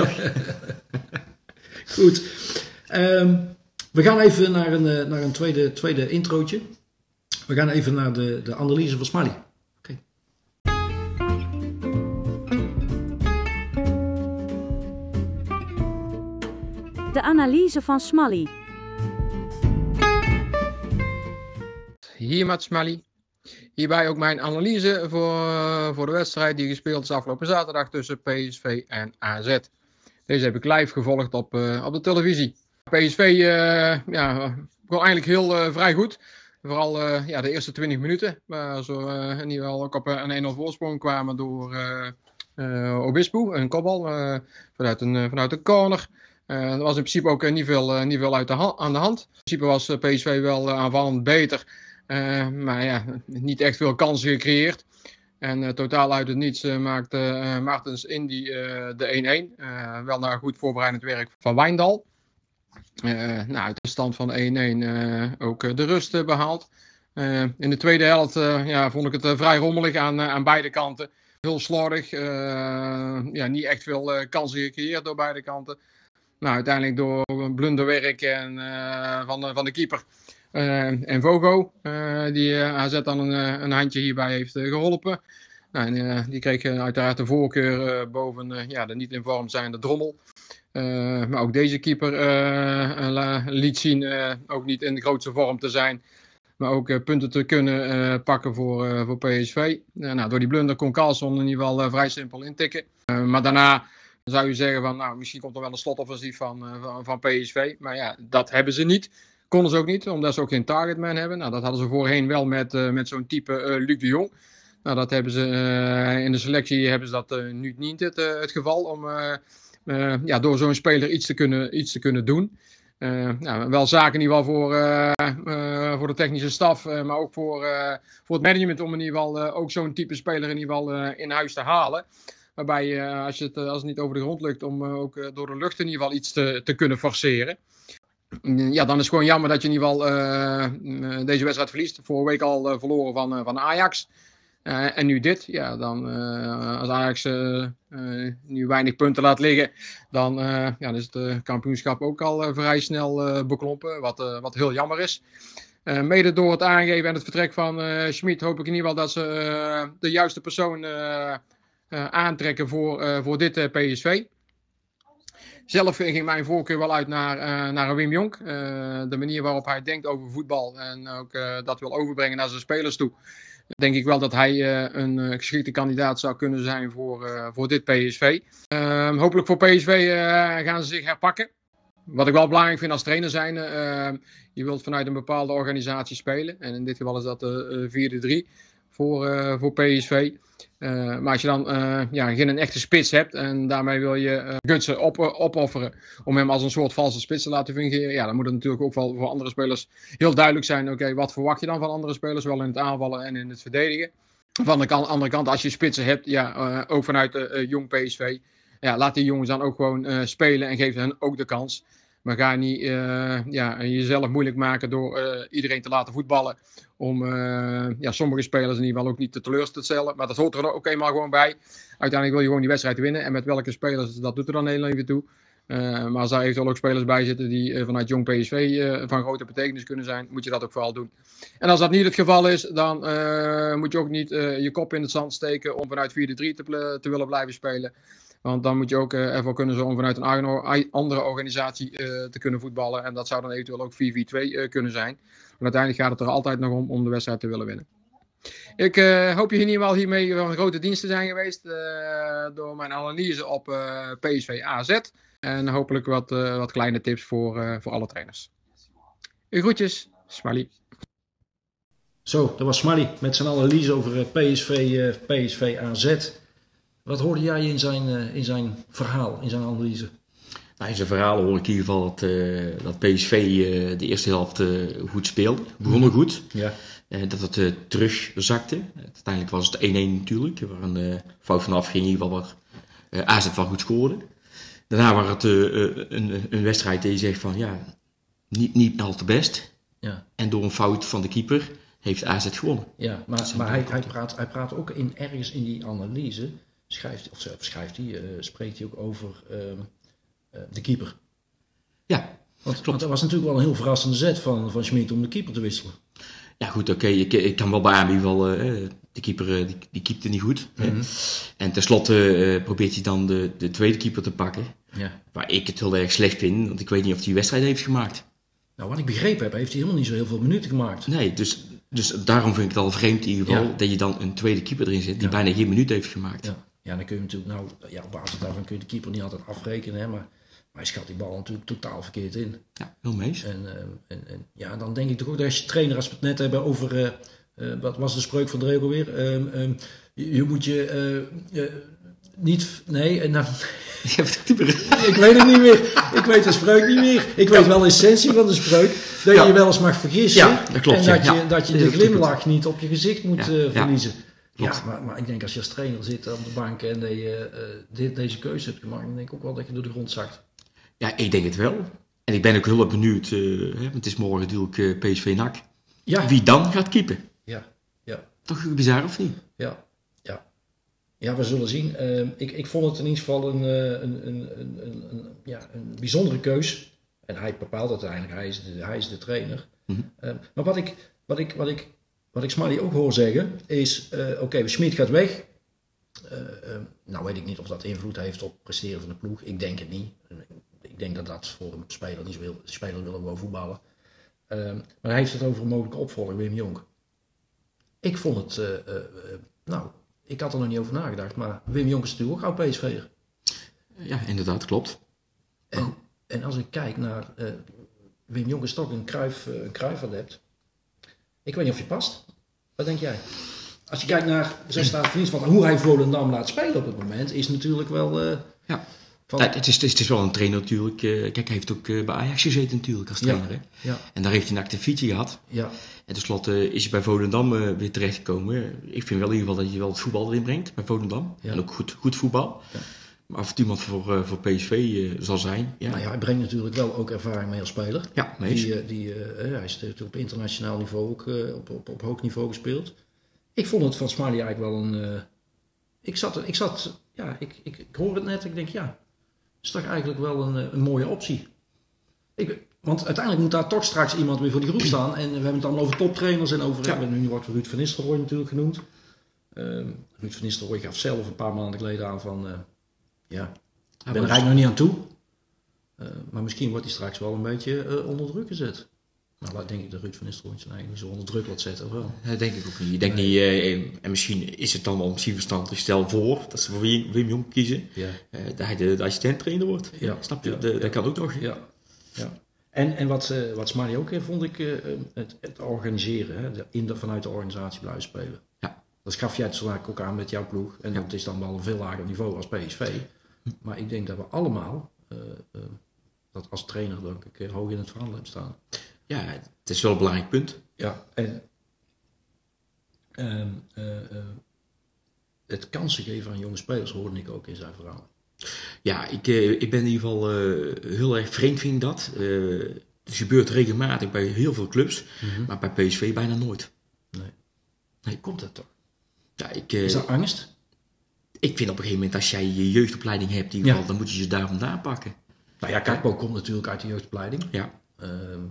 Goed. Um, we gaan even naar een, naar een tweede, tweede introotje. We gaan even naar de, de analyse van Smally. Okay. De analyse van Smally. Hier met Smally. Hierbij ook mijn analyse voor, voor de wedstrijd die gespeeld is afgelopen zaterdag tussen P S V en A Z. Deze heb ik live gevolgd op, uh, op de televisie. P S V uh, ja, begon eigenlijk heel uh, vrij goed. Vooral uh, ja, de eerste twintig minuten. Waar ze uh, in ieder geval ook op een één nul voorsprong kwamen door uh, uh, Obispo. Een kopbal uh, vanuit, een, uh, vanuit de corner. Uh, er was in principe ook uh, niet, veel, uh, niet veel uit de ha- aan de hand. In principe was uh, P S V wel uh, aanvallend beter. Uh, maar ja, niet echt veel kansen gecreëerd. En uh, totaal uit het niets uh, maakte uh, Martens Indy uh, de één-één. Uh, wel naar goed voorbereidend werk van Wijndal. Uh, nou, uit de stand van één-één uh, ook uh, de rust uh, behaald. Uh, in de tweede helft uh, ja, vond ik het uh, vrij rommelig aan, uh, aan beide kanten. Heel slordig. Uh, ja, niet echt veel uh, kansen gecreëerd door beide kanten. Nou, uiteindelijk door blunderwerk en, uh, van, de, van de keeper uh, en Vogo. Uh, die uh, A Z dan een, een handje hierbij heeft uh, geholpen. Nou, en, uh, die kreeg uh, uiteraard de voorkeur uh, boven uh, ja, de niet in vorm zijnde Drommel. Uh, maar ook deze keeper uh, uh, liet zien uh, ook niet in de grootste vorm te zijn. Maar ook uh, punten te kunnen uh, pakken voor, uh, voor P S V. Uh, nou, door die blunder kon Carlson in ieder geval uh, vrij simpel intikken. Uh, maar daarna zou je zeggen van nou, misschien komt er wel een slotoffensief van, uh, van, van P S V. Maar ja, dat hebben ze niet. Konden ze ook niet, omdat ze ook geen targetman hebben. Nou, dat hadden ze voorheen wel met, uh, met zo'n type uh, Luc de Jong. Nou, dat hebben ze uh, in de selectie hebben ze dat uh, nu niet het, uh, het geval om uh, uh, ja, door zo'n speler iets te kunnen, iets te kunnen doen. Uh, nou, wel zaken in ieder geval voor, uh, uh, voor de technische staf, uh, maar ook voor, uh, voor het management om in ieder geval uh, ook zo'n type speler in ieder geval uh, in huis te halen. Waarbij uh, als, je het, als het niet over de grond lukt om uh, ook uh, door de lucht in ieder geval iets te, te kunnen forceren. Ja, dan is het gewoon jammer dat je in ieder geval uh, uh, deze wedstrijd verliest. Vorige week al uh, verloren van, uh, van Ajax. Uh, en nu dit, ja, dan uh, als Ajax uh, uh, nu weinig punten laat liggen, dan, uh, ja, dan is het uh, kampioenschap ook al uh, vrij snel uh, beklompen, wat, uh, wat heel jammer is. Uh, mede door het aangeven en het vertrek van uh, Schmid hoop ik in ieder geval dat ze uh, de juiste persoon uh, uh, aantrekken voor, uh, voor dit uh, P S V. Zelf ging mijn voorkeur wel uit naar, uh, naar Wim Jonk. Uh, de manier waarop hij denkt over voetbal en ook uh, dat wil overbrengen naar zijn spelers toe. Denk ik wel dat hij uh, een uh, geschikte kandidaat zou kunnen zijn voor, uh, voor dit P S V. Uh, hopelijk voor P S V uh, gaan ze zich herpakken. Wat ik wel belangrijk vind als trainer zijn. Uh, je wilt vanuit een bepaalde organisatie spelen. En in dit geval is dat de vier drie voor, uh, voor P S V. Uh, maar als je dan uh, ja, geen een echte spits hebt en daarmee wil je uh, Gutsen op, uh, opofferen om hem als een soort valse spits te laten fungeren, ja, dan moet het natuurlijk ook wel voor andere spelers heel duidelijk zijn, oké, okay, wat verwacht je dan van andere spelers, zowel in het aanvallen en in het verdedigen. Van de kan, andere kant, als je spitsen hebt, ja, uh, ook vanuit uh, uh, jong P S V, ja, laat die jongens dan ook gewoon uh, spelen en geef hen ook de kans. Maar ga niet uh, ja, jezelf moeilijk maken door uh, iedereen te laten voetballen. Om uh, ja, sommige spelers in ieder geval ook niet te teleurstellen. Maar dat hoort er ook eenmaal gewoon bij. Uiteindelijk wil je gewoon die wedstrijd winnen. En met welke spelers, dat doet er dan heel even toe. Uh, maar als daar eventueel ook spelers bij zitten die uh, vanuit jong P S V uh, van grote betekenis kunnen zijn, moet je dat ook vooral doen. En als dat niet het geval is, dan uh, moet je ook niet uh, je kop in het zand steken om vanuit vier drie te, te willen blijven spelen. Want dan moet je ook uh, ervoor kunnen zorgen om vanuit een andere organisatie uh, te kunnen voetballen. En dat zou dan eventueel ook vier vier twee uh, kunnen zijn. Maar uiteindelijk gaat het er altijd nog om om de wedstrijd te willen winnen. Ik uh, hoop je in ieder geval hiermee van grote dienst te zijn geweest. Uh, door mijn analyse op uh, P S V A Z. En hopelijk wat, uh, wat kleine tips voor, uh, voor alle trainers. Uw groetjes, Smally. Zo, dat was Smally met zijn analyse over uh, P S V, uh, P S V A Z. Wat hoorde jij in zijn, uh, in zijn verhaal, in zijn analyse? Nou, in zijn verhaal hoor ik in ieder geval dat, uh, dat P S V uh, de eerste helft uh, goed speelde. Begonnen goed. Ja. Uh, dat het uh, terugzakte. Uiteindelijk was het één-één natuurlijk. Waar een uh, fout vanaf ging in ieder geval waar uh, A Z wel goed scoorde. Daarna was het uh, een, een wedstrijd die je zegt van ja, niet, niet al te best. Ja. En door een fout van de keeper heeft A Z gewonnen. Ja, maar, maar hij, hij, praat, hij praat ook in, ergens in die analyse, schrijft, of schrijft hij, uh, spreekt hij ook over uh, uh, de keeper. Ja, want, want dat was natuurlijk wel een heel verrassende zet van, van Schmid om de keeper te wisselen. Ja goed, oké, okay, ik, ik kan wel bij in ieder geval, uh, de keeper uh, die, die keepte niet goed. Mm-hmm. En tenslotte uh, probeert hij dan de, de tweede keeper te pakken. Ja. Waar ik het heel erg slecht vind, want ik weet niet of hij die wedstrijd heeft gemaakt. Nou, wat ik begrepen heb, heeft hij helemaal niet zo heel veel minuten gemaakt. Nee, dus, dus daarom vind ik het al vreemd in ieder geval, ja, dat je dan een tweede keeper erin zit die ja. bijna geen minuut heeft gemaakt. Ja. Ja, dan kun je natuurlijk, nou, ja, op basis daarvan kun je de keeper niet altijd afrekenen, hè, maar, maar hij schat die bal natuurlijk totaal verkeerd in. Ja, heel mees. En, uh, en, en ja, dan denk ik toch ook dat als je trainer, als we het net hebben over, uh, uh, wat was de spreuk van Drego weer? Um, um, je, je moet je uh, uh, niet, nee, en nou, ik heb het niet meer. Ik weet het niet meer. Ik weet de spreuk niet meer. Ik weet wel de essentie van de spreuk. Dat ja. je wel eens mag vergissen. Ja, dat klopt. En dat ja. je, dat je de glimlach niet op je gezicht moet ja. uh, verliezen. Ja. Ja, maar, maar ik denk als je als trainer zit op de bank en dat je uh, dit, deze keuze hebt gemaakt, dan denk ik ook wel dat je door de grond zakt. Ja, ik denk het wel. En ik ben ook heel erg benieuwd, uh, hè, want het is morgen natuurlijk uh, P S V N A C. Ja. Wie dan gaat keepen? Ja, ja. Toch bizar of niet? Ja, ja. Ja, we zullen zien. Uh, ik, ik vond het in ieder geval een, een, een, een, een, een, ja, een bijzondere keus. En hij bepaalt het uiteindelijk, hij is de, hij is de trainer. Mm-hmm. Uh, maar wat ik, wat ik, wat ik, wat ik Smiley ook hoor zeggen, is, uh, oké, okay, Schmid gaat weg. Uh, uh, nou weet ik niet of dat invloed heeft op het presteren van de ploeg. Ik denk het niet. Ik denk dat dat voor een speler niet zo wil. Spelers willen wel voetballen. Uh, maar hij heeft het over een mogelijke opvolger, Wim Jonk. Ik vond het, uh, uh, uh, nou, ik had er nog niet over nagedacht, maar Wim Jonk is natuurlijk ook oud P S V'er. Ja, inderdaad, klopt. En, en als ik kijk naar, uh, Wim Jonk is toch een Cruijff, uh, een Cruijff-adept. Ik weet niet of je past. Wat denk jij? Als je kijkt naar zijn staat van dienst, want hoe hij Volendam laat spelen op het moment, is natuurlijk wel... Uh, ja. Van... Ja, het, is, het is wel een trainer natuurlijk. Uh, kijk, hij heeft ook uh, bij Ajax gezeten natuurlijk als trainer. Ja, hè? Ja. En daar heeft hij een activitie gehad. Ja. En tenslotte uh, is hij bij Volendam uh, weer terechtgekomen. Ik vind wel in ieder geval dat je wel het voetbal erin brengt bij Volendam. Ja. En ook goed, goed voetbal. Ja. Maar of het iemand voor, uh, voor P S V uh, zal zijn. Ja. Nou ja, hij brengt natuurlijk wel ook ervaring mee als speler. Ja, die, uh, die, uh, Hij is natuurlijk op internationaal niveau ook uh, op, op, op hoog niveau gespeeld. Ik vond het van Smiley eigenlijk wel een... Uh, ik zat, ik zat, ja, ik, ik, ik hoor het net, ik denk ja, is toch eigenlijk wel een, een mooie optie. Ik, want uiteindelijk moet daar toch straks iemand weer voor die groep staan. En we hebben het allemaal over toptrainers en over, ja. Nu wordt Ruud van Nistelrooy natuurlijk genoemd. Uh, Ruud van Nistelrooy gaf zelf een paar maanden geleden aan van, uh, ja, ik ben er eigenlijk nog niet aan toe. Uh, maar misschien wordt hij straks wel een beetje uh, onder druk gezet. Nou, dat denk ik dat Ruud van Nistelrooy zijn eigen niet zo onder druk laat zetten, of wel? Dat denk ik ook niet. Ik denk nee. niet, uh, en misschien is het dan wel misschien verstandig, stel voor dat ze voor Wim, Wim Jonk kiezen, ja. uh, dat hij de, de assistent-trainer wordt. Ja. Snap je? Ja. De, ja. Dat kan ook nog. Ja. Ja. En, en wat, uh, wat Smiley ook heeft, vond ik uh, het, het organiseren, hè? De, in de, vanuit de organisatie blijven spelen. Ja. Dat gaf jij het zo ook aan met jouw ploeg. En ja. dat is dan wel een veel lager niveau als P S V. Hm. Maar ik denk dat we allemaal, uh, uh, dat als trainer denk ik, uh, hoog in het verhaal hebben staan. Ja, het is wel een belangrijk punt. Ja, en um, uh, uh, het kansen geven aan jonge spelers hoorde ik ook in zijn verhaal. Ja, ik, uh, ik ben in ieder geval uh, heel erg vreemd vind dat. Uh, het gebeurt regelmatig bij heel veel clubs, mm-hmm. maar bij P S V bijna nooit. Nee. Nee, komt dat toch? Ja, ik, uh, is dat angst? Ik vind op een gegeven moment, als jij je jeugdopleiding hebt, in ieder geval, ja. dan moet je ze daar vandaan pakken. Nou ja, Kakpo komt natuurlijk uit de jeugdopleiding. Ja. Uh,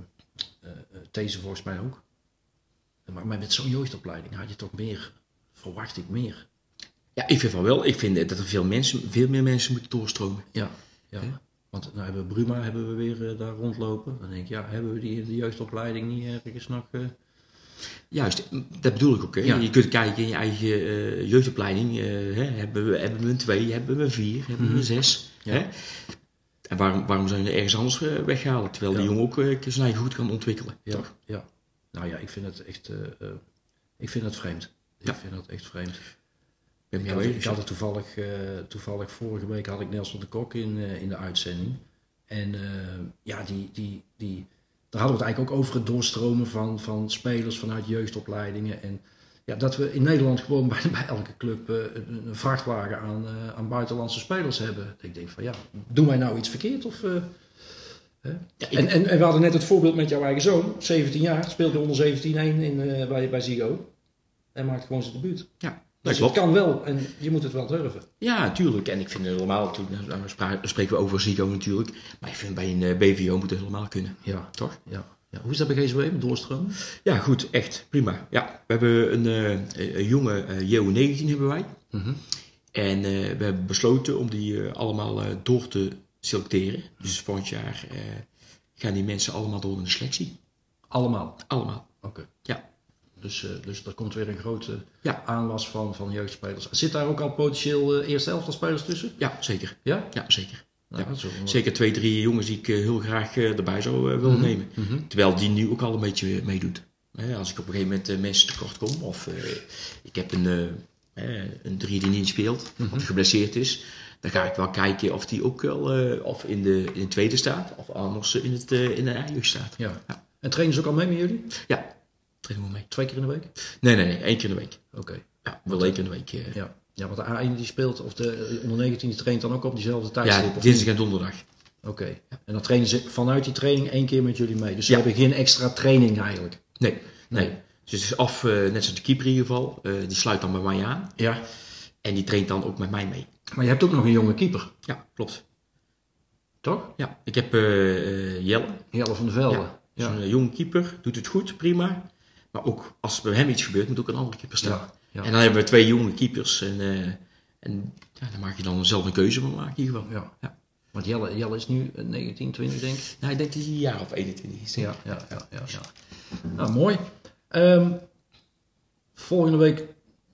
Uh, deze volgens mij ook. Maar, maar met zo'n jeugdopleiding had je toch meer, verwacht ik meer. Ja, ik vind van wel. Ik vind dat er veel mensen, veel meer mensen moeten doorstromen. Ja, ja. Huh? Want nou hebben we Bruma hebben we weer uh, daar rondlopen. Dan denk ik, ja, hebben we die de jeugdopleiding niet ergens nog... Uh... Juist, dat bedoel ik ook. Hè. Ja. Je kunt kijken in je eigen uh, jeugdopleiding. Uh, hè. Hebben, we, hebben we een twee, hebben we een vier, hebben we een mm-hmm. zes. Ja. Hè? En waarom, waarom zou je er ergens anders uh, weghalen? Terwijl ja. die jongen ook uh, zijn eigen goed kan ontwikkelen. Ja, toch? Ja. Nou ja, ik vind het echt uh, uh, ik vind het vreemd. Ja. Ik vind het echt vreemd. Ik, ik, had, ik had het toevallig, uh, toevallig vorige week had ik Nelson de Kok in, uh, in de uitzending. En uh, ja, die, die, die, daar hadden we het eigenlijk ook over het doorstromen van, van spelers vanuit jeugdopleidingen. En ja, dat we in Nederland gewoon bij, bij elke club uh, een, een vrachtwagen aan, uh, aan buitenlandse spelers hebben. Ik denk van ja, doen wij nou iets verkeerd? Of, uh, hè? Ja, ik... en, en, en we hadden net het voorbeeld met jouw eigen zoon, zeventien jaar, speelde onder zeventien één in, uh, bij, bij Ziggo. En maakt gewoon zijn debuut. Ja, dus het kan wel en je moet het wel durven. Ja, natuurlijk. En ik vind het helemaal, natuurlijk, dan spreken we over Ziggo natuurlijk. Maar ik vind bij een uh, B V O moet het helemaal kunnen. Ja, toch? Ja. Ja, hoe is dat bij G S W met doorstromen? Ja, goed, echt prima. Ja, we hebben een, uh, een jonge uh, J O negentien hebben wij. Mm-hmm. En uh, we hebben besloten om die uh, allemaal uh, door te selecteren. Dus volgend jaar uh, gaan die mensen allemaal door in de selectie. Allemaal? Allemaal. Oké. Okay. Ja. Dus, uh, dus er komt weer een grote ja. aanwas van, van jeugdspelers. Zit daar ook al potentieel uh, eerste elftal spelers tussen? Ja, zeker. Ja? Ja, zeker. Nou, ja, zeker twee, drie jongens die ik uh, heel graag uh, erbij zou uh, willen mm-hmm. nemen. Mm-hmm. Terwijl die nu ook al een beetje meedoet. Hè, als ik op een gegeven moment uh, mensen tekort kom. Of uh, ik heb een, uh, een drie die niet speelt. Mm-hmm. Of geblesseerd is. Dan ga ik wel kijken of die ook wel uh, of in, de, in de tweede staat. Of anders in, het, uh, in de eigen staat. Ja. Ja. En trainen ze ook al mee met jullie? Ja, trainen we mee. Twee keer in de week? Nee, nee, nee. één keer in de week. Oké. Okay. Ja, wel één keer in de week. Uh, ja. Ja, want de A één die speelt, of de onder negentien die traint dan ook op diezelfde tijdstip? Ja, dinsdag en donderdag. Oké. Okay. En dan trainen ze vanuit die training één keer met jullie mee. Dus ze ja. hebben geen extra training eigenlijk? Nee, nee. nee. Dus het is af, uh, net zoals de keeper in ieder geval. Uh, die sluit dan bij mij aan. Ja. En die traint dan ook met mij mee. Maar je hebt ook nog een jonge keeper? Ja, klopt. Toch? Ja, ik heb uh, uh, Jelle. Jelle van der Velde. Ja, ja. Een uh, jonge keeper, doet het goed, prima. Maar ook als bij hem iets gebeurt, moet ook een andere keeper staan. Ja, ja. En dan hebben we twee jonge keepers. En, uh, en ja, daar maak je dan zelf een keuze van maken in ieder geval. Ja. Ja. Want Jelle, Jelle is nu negentien, twintig denk ik? Nou, ik denk dat hij een jaar of eenentwintig is. Ja, ja, ja, ja, ja. Nou, mooi. Um, volgende week,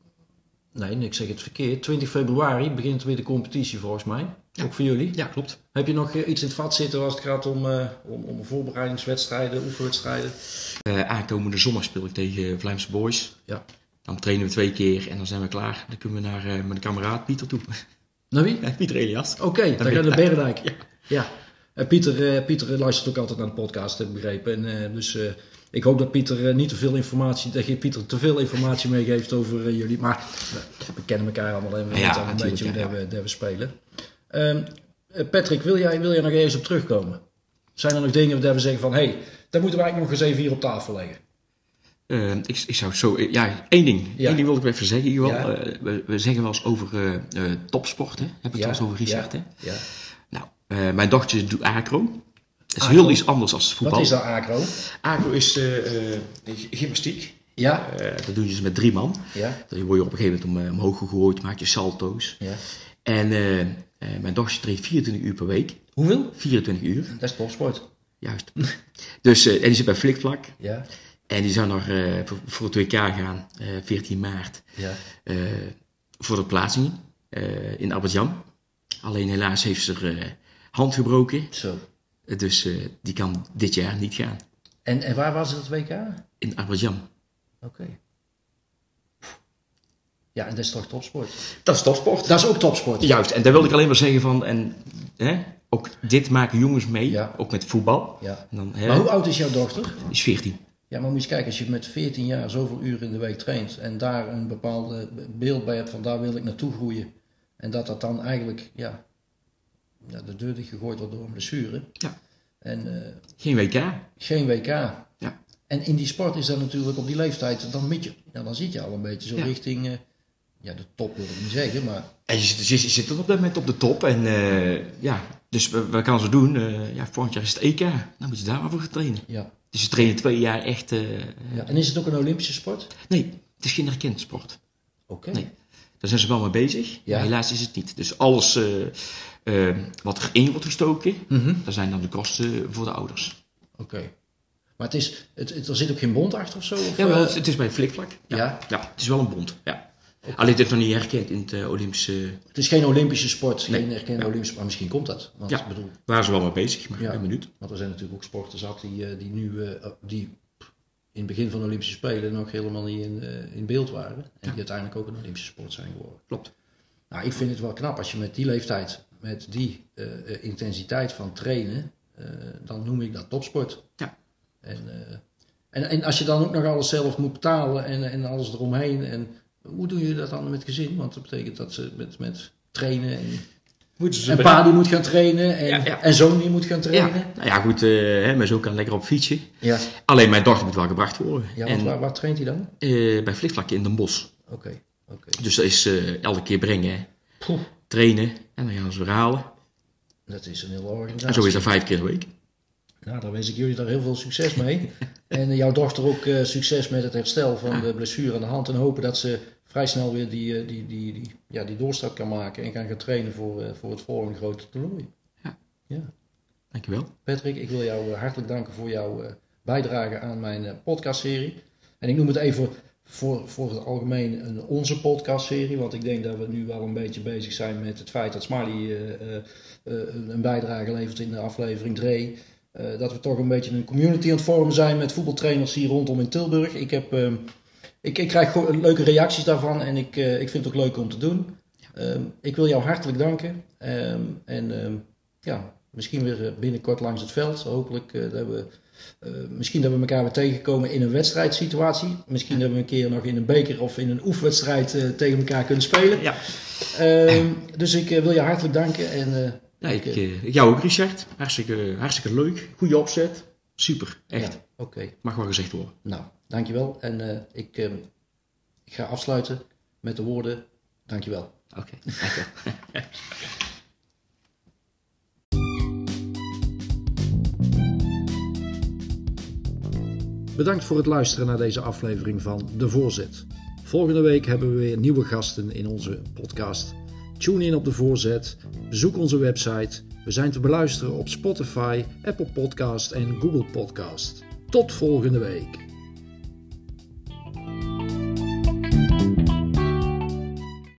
nee, ik zeg het verkeerd, twintig februari begint weer de competitie volgens mij. Ja. Ook voor jullie? Ja, klopt. Heb je nog uh, iets in het vat zitten als het gaat om, uh, om, om voorbereidingswedstrijden, oefenwedstrijden? Uh, aankomende zondag speel ik tegen Vlaamse Boys. Ja. Dan trainen we twee keer en dan zijn we klaar. Dan kunnen we naar uh, mijn kameraad Pieter toe. Naar wie? Ja, Pieter Elias. Oké, okay, dan gaat naar Berendijk. Ja. ja. Uh, Pieter, uh, Pieter luistert ook altijd naar de podcast, heb ik begrepen. En, uh, dus uh, ik hoop dat Pieter uh, niet te veel informatie, dat je Pieter te veel informatie meegeeft over uh, jullie. Maar uh, we kennen elkaar allemaal en we weten ja, al een beetje ja, hoe ja. we, we spelen. Um, uh, Patrick, wil jij, wil jij nog eens op terugkomen? Zijn er nog dingen waar we zeggen van, hé, hey, daar moeten we eigenlijk nog eens even hier op tafel leggen? Uh, ik, ik zou zo, ja, één ding. Ja. Eén ding wil ik even zeggen. Ja. Uh, we, we zeggen wel eens over uh, uh, topsport, hè? Heb ik het ja. wel eens over Richard, ja. hè? Ja. Nou, uh, mijn dochter doet acro. Dat is acro. Heel iets anders dan voetbal. Wat is dat acro? Acro is uh, uh, gymnastiek. Ja. Uh, dat doe je dus met drie man. Ja. Dan word je op een gegeven moment om, uh, omhoog gegooid, maak je salto's. Ja. En uh, uh, mijn dochter traint vierentwintig uur per week. Hoeveel? vierentwintig uur. Dat is topsport. Juist. Dus, uh, en die zit bij Flikvlak. Ja. En die zou nog uh, voor, voor het W K gaan, uh, veertien maart, ja. uh, voor de plaatsing uh, in Abidjan. Alleen helaas heeft ze er uh, hand gebroken. Zo. Uh, dus uh, die kan dit jaar niet gaan. En, en waar was het, het W K? In Abidjan. Oké. Okay. Ja, en dat is toch topsport? Dat is topsport. Dat is ook topsport. Juist, en daar wil ik alleen maar zeggen van, en, hè, ook dit maken jongens mee, ja. ook met voetbal. Ja. En dan, hè, maar hoe oud is jouw dochter? Die is veertien. Ja, maar moet je eens kijken, als je met veertien jaar zoveel uren in de week traint en daar een bepaald beeld bij hebt van daar wil ik naartoe groeien. En dat dat dan eigenlijk, ja, ja de deur dicht gegooid wordt door een blessure. Ja. En, uh, geen W K. Geen W K. Ja. En in die sport is dat natuurlijk op die leeftijd, dan, je, ja, dan zit je al een beetje zo ja. richting, uh, ja de top wil ik niet zeggen, maar... En je zit, je zit op dat moment op de top en uh, ja, dus wat kan ze doen? Uh, ja, volgend jaar is het E K, dan moet je daar maar voor gaan trainen. Ja. Dus ze trainen twee jaar echt... Uh, ja. En is het ook een Olympische sport? Nee, het is geen erkend sport. Oké. Okay. Nee. Daar zijn ze wel mee bezig, ja. maar helaas is het niet. Dus alles uh, uh, wat erin wordt gestoken, mm-hmm. daar zijn dan de kosten voor de ouders. Oké. Okay. Maar het is, het, het, er zit ook geen bond achter of zo? Of ja, wel, het is bij Flikvlak. Ja. Ja? Ja, het is wel een bond, ja. Okay. Alleen het is nog niet herkend in het uh, Olympische... Het is geen Olympische sport, nee. geen erkende ja. Olympische, maar misschien komt dat. Want, ja, bedoel, waren ze wel mee bezig, maar ja. een minuut. Want er zijn natuurlijk ook sporters zat die, die nu, uh, die in het begin van de Olympische Spelen nog helemaal niet in, uh, in beeld waren. En ja. die uiteindelijk ook een Olympische sport zijn geworden. Klopt. Nou, ik vind het wel knap als je met die leeftijd, met die uh, uh, intensiteit van trainen, uh, dan noem ik dat topsport. Ja. En, uh, en, en als je dan ook nog alles zelf moet betalen en, en alles eromheen. En hoe doe je dat dan met gezin? Want dat betekent dat ze met, met trainen en, ze en pa die moet gaan trainen en, ja, ja. en zoon die moet gaan trainen. Ja. Nou ja, goed, uh, hè, mijn zoon kan lekker op fietsen. Ja. Alleen mijn dochter moet wel gebracht worden. Ja, want en, waar, waar traint hij dan? Uh, bij Flikvlak in Den Bosch. Oké. Okay. Okay. Dus dat is uh, elke keer brengen, Poeh. trainen en dan gaan ze weer halen. Dat is een hele organisatie. En zo is dat vijf keer een week. Nou, dan wens ik jullie daar heel veel succes mee. En uh, jouw dochter ook uh, succes met het herstel van ja. de blessure aan de hand. En hopen dat ze vrij snel weer die, uh, die, die, die, ja, die doorstap kan maken en gaan gaan trainen voor, uh, voor het volgende grote toernooi. Ja. Ja. Dankjewel. Patrick, ik wil jou uh, hartelijk danken voor jouw uh, bijdrage aan mijn uh, podcastserie. En ik noem het even voor, voor het algemeen een onze podcastserie. Want ik denk dat we nu wel een beetje bezig zijn met het feit dat Smiley uh, uh, uh, een bijdrage levert in de aflevering drie. Uh, dat we toch een beetje een community aan het vormen zijn met voetbaltrainers hier rondom in Tilburg. Ik, heb, uh, ik, ik krijg go- leuke reacties daarvan en ik, uh, ik vind het ook leuk om te doen. Uh, ik wil jou hartelijk danken. Uh, en uh, ja, misschien weer binnenkort langs het veld. Hopelijk uh, dat we, uh, misschien dat we elkaar weer tegenkomen in een wedstrijdsituatie. Misschien dat we een keer nog in een beker of in een oefenwedstrijd uh, tegen elkaar kunnen spelen. Ja. Uh, dus ik uh, wil jou hartelijk danken en uh, Ja, ik, uh, ik jou ook, Richard. Hartstikke, hartstikke leuk. Goeie opzet. Super, echt. Ja, Oké. Okay. Mag wel gezegd worden. Nou, dankjewel. En uh, ik, uh, ik ga afsluiten met de woorden dankjewel. Oké, okay, dankjewel. Bedankt voor het luisteren naar deze aflevering van De Voorzet. Volgende week hebben we weer nieuwe gasten in onze podcast. Tune in op De Voorzet, bezoek onze website. We zijn te beluisteren op Spotify, Apple Podcast en Google Podcast. Tot volgende week.